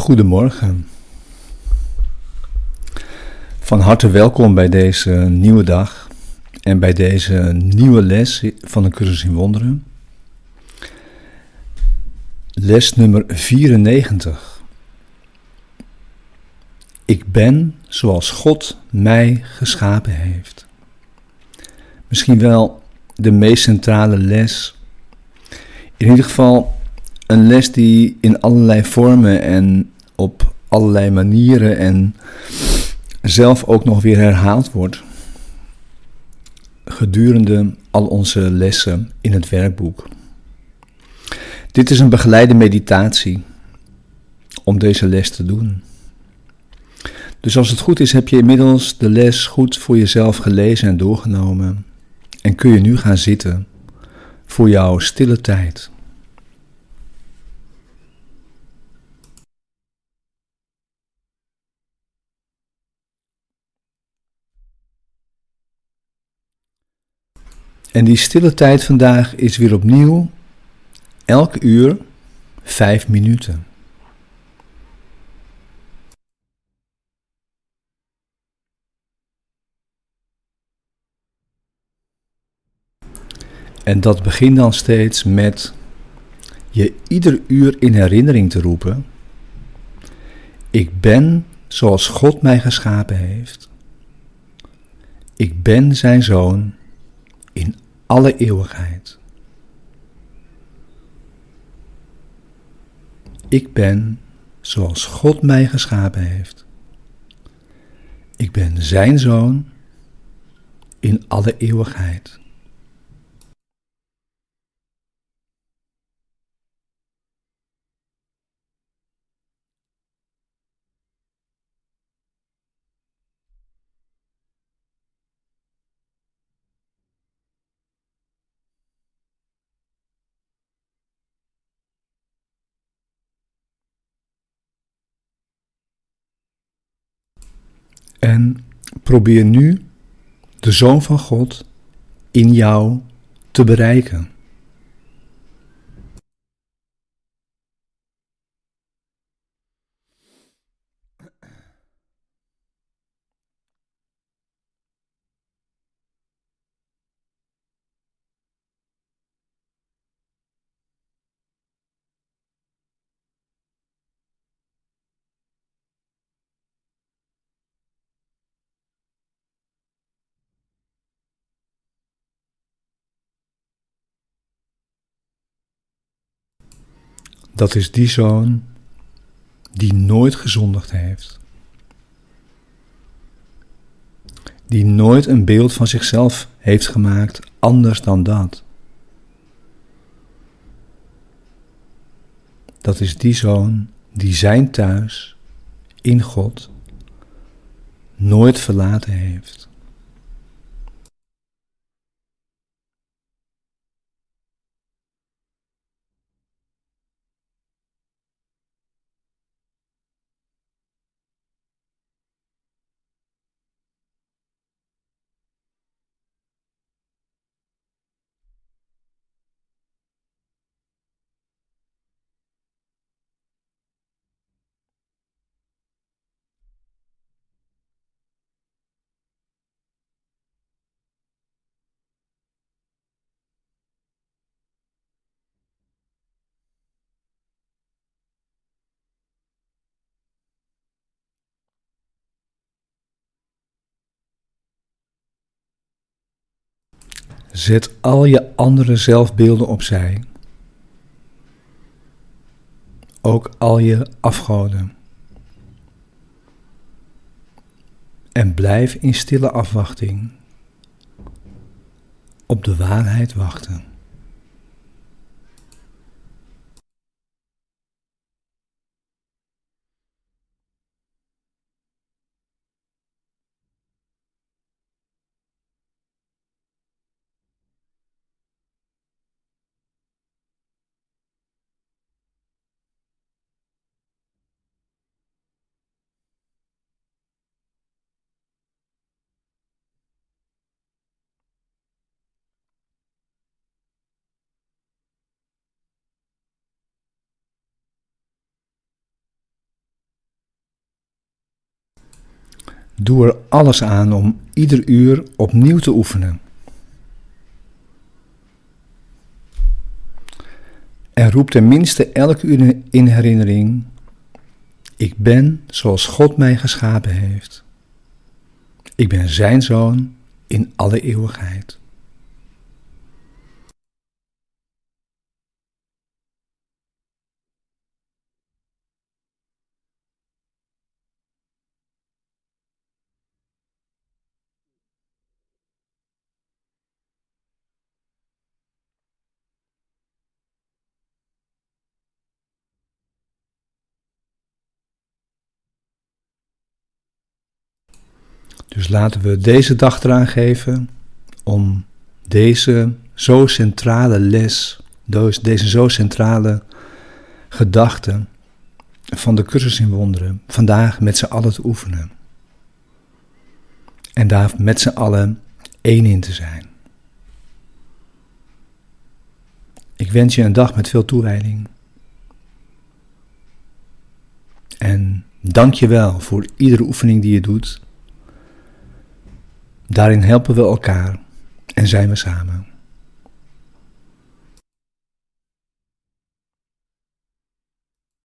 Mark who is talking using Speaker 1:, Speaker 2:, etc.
Speaker 1: Goedemorgen. Van harte welkom bij deze nieuwe dag en bij deze nieuwe les van de cursus in wonderen. Les nummer 94. Ik ben zoals God mij geschapen heeft. Misschien wel de meest centrale les. In ieder geval een les die in allerlei vormen en op allerlei manieren en zelf ook nog weer herhaald wordt gedurende al onze lessen in het werkboek. Dit is een begeleide meditatie om deze les te doen. Dus als het goed is, heb je inmiddels de les goed voor jezelf gelezen en doorgenomen en kun je nu gaan zitten voor jouw stille tijd. En die stille tijd vandaag is weer opnieuw elk uur 5 minuten. En dat begint dan steeds met je ieder uur in herinnering te roepen: ik ben zoals God mij geschapen heeft. Ik ben zijn zoon in alle eeuwigheid. Ik ben zoals God mij geschapen heeft. Ik ben zijn zoon in alle eeuwigheid. En probeer nu de Zoon van God in jou te bereiken. Dat is die Zoon die nooit gezondigd heeft. Die nooit een beeld van zichzelf heeft gemaakt anders dan dat. Dat is die Zoon die zijn thuis in God nooit verlaten heeft. Zet al je andere zelfbeelden opzij. Ook al je afgoden. En blijf in stille afwachting op de waarheid wachten. Doe er alles aan om ieder uur opnieuw te oefenen. En roep tenminste elk uur in herinnering: ik ben zoals God mij geschapen heeft. Ik ben zijn zoon in alle eeuwigheid. Dus laten we deze dag eraan geven om deze zo centrale les, deze zo centrale gedachte van de cursus in wonderen vandaag met z'n allen te oefenen. En daar met z'n allen één in te zijn. Ik wens je een dag met veel toewijding. En dank je wel voor iedere oefening die je doet. Daarin helpen we elkaar en zijn we samen.